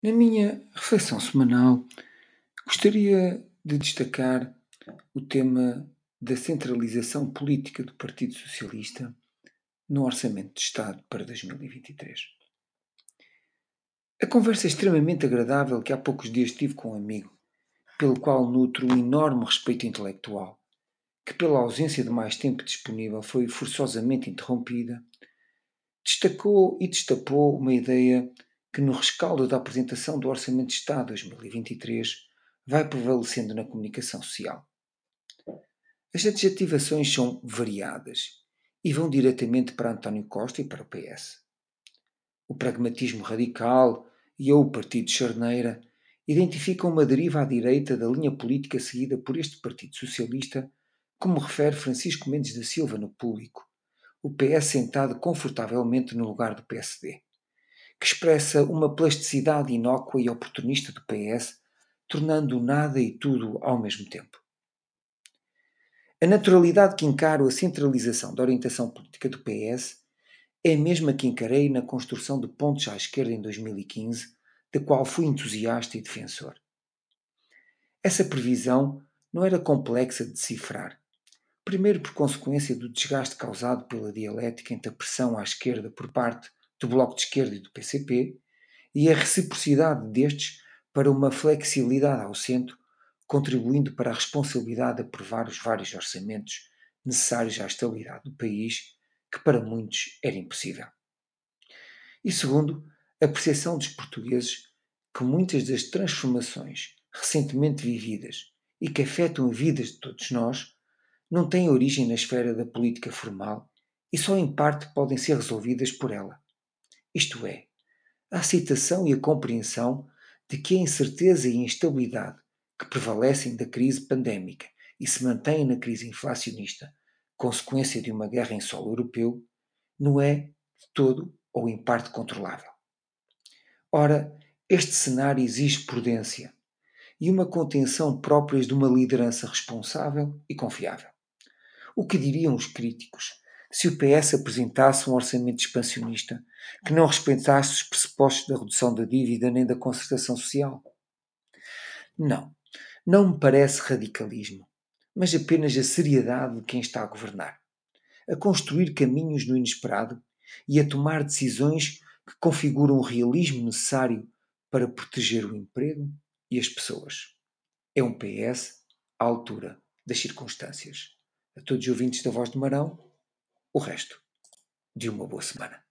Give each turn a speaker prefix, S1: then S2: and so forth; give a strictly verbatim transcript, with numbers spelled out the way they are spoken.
S1: Na minha reflexão semanal, gostaria de destacar o tema da centralização política do Partido Socialista no Orçamento de Estado para dois mil e vinte e três. A conversa extremamente agradável que há poucos dias tive com um amigo, pelo qual nutro um enorme respeito intelectual, que pela ausência de mais tempo disponível foi forçosamente interrompida, destacou e destapou uma ideia que no rescaldo da apresentação do Orçamento de Estado dois mil e vinte e três vai prevalecendo na comunicação social. As adjetivações são variadas e vão diretamente para António Costa e para o P S. O pragmatismo radical e ou o partido de charneira identificam uma deriva à direita da linha política seguida por este Partido Socialista, como refere Francisco Mendes da Silva no Público, o P S sentado confortavelmente no lugar do P S D, que expressa uma plasticidade inócua e oportunista do P S, tornando nada e tudo ao mesmo tempo. A naturalidade que encaro a centralização da orientação política do P S é a mesma que encarei na construção de pontos à esquerda em dois mil e quinze, da qual fui entusiasta e defensor. Essa previsão não era complexa de decifrar, primeiro por consequência do desgaste causado pela dialética entre a pressão à esquerda por parte do Bloco de Esquerda e do P C P e a reciprocidade destes para uma flexibilidade ao centro, contribuindo para a responsabilidade de aprovar os vários orçamentos necessários à estabilidade do país, que para muitos era impossível. E segundo, a percepção dos portugueses que muitas das transformações recentemente vividas e que afetam a vida de todos nós não têm origem na esfera da política formal e só em parte podem ser resolvidas por ela. Isto é, a aceitação e a compreensão de que a incerteza e a instabilidade que prevalecem da crise pandémica e se mantêm na crise inflacionista, consequência de uma guerra em solo europeu, não é de todo ou em parte controlável. Ora, este cenário exige prudência e uma contenção próprias de uma liderança responsável e confiável. O que diriam os críticos se o P S apresentasse um orçamento expansionista que não respeitasse os pressupostos da redução da dívida nem da concertação social? Não, não me parece radicalismo, mas apenas a seriedade de quem está a governar, a construir caminhos no inesperado e a tomar decisões que configuram o realismo necessário para proteger o emprego e as pessoas. É um P S à altura das circunstâncias. A todos os ouvintes da Voz de Marão, o resto de uma boa semana.